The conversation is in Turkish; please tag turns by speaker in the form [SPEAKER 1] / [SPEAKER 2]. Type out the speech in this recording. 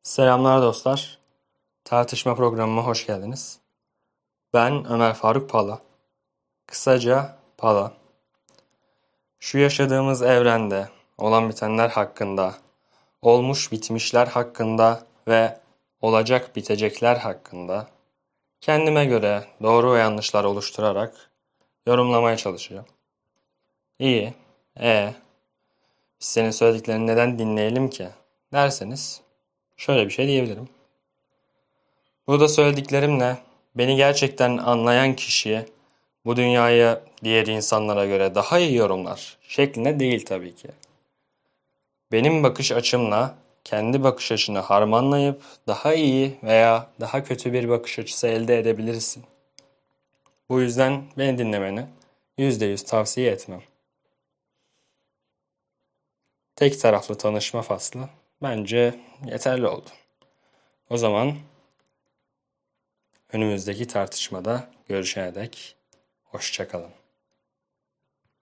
[SPEAKER 1] Selamlar dostlar. Tartışma programıma hoş geldiniz. Ben Ömer Faruk Pala. Kısaca Pala. Şu yaşadığımız evrende olan bitenler hakkında, olmuş bitmişler hakkında ve olacak bitecekler hakkında kendime göre doğru ve yanlışlar oluşturarak yorumlamaya çalışacağım. İyi, biz senin söylediklerini neden dinleyelim ki derseniz şöyle bir şey diyebilirim. Burada söylediklerimle beni gerçekten anlayan kişiye bu dünyayı diğer insanlara göre daha iyi yorumlar şeklinde değil tabii ki. Benim bakış açımla kendi bakış açını harmanlayıp daha iyi veya daha kötü bir bakış açısı elde edebilirsin. Bu yüzden beni dinlemeni %100 tavsiye etmem. Tek taraflı tanışma faslı bence yeterli oldu. O zaman önümüzdeki tartışmada görüşene dek hoşça kalın.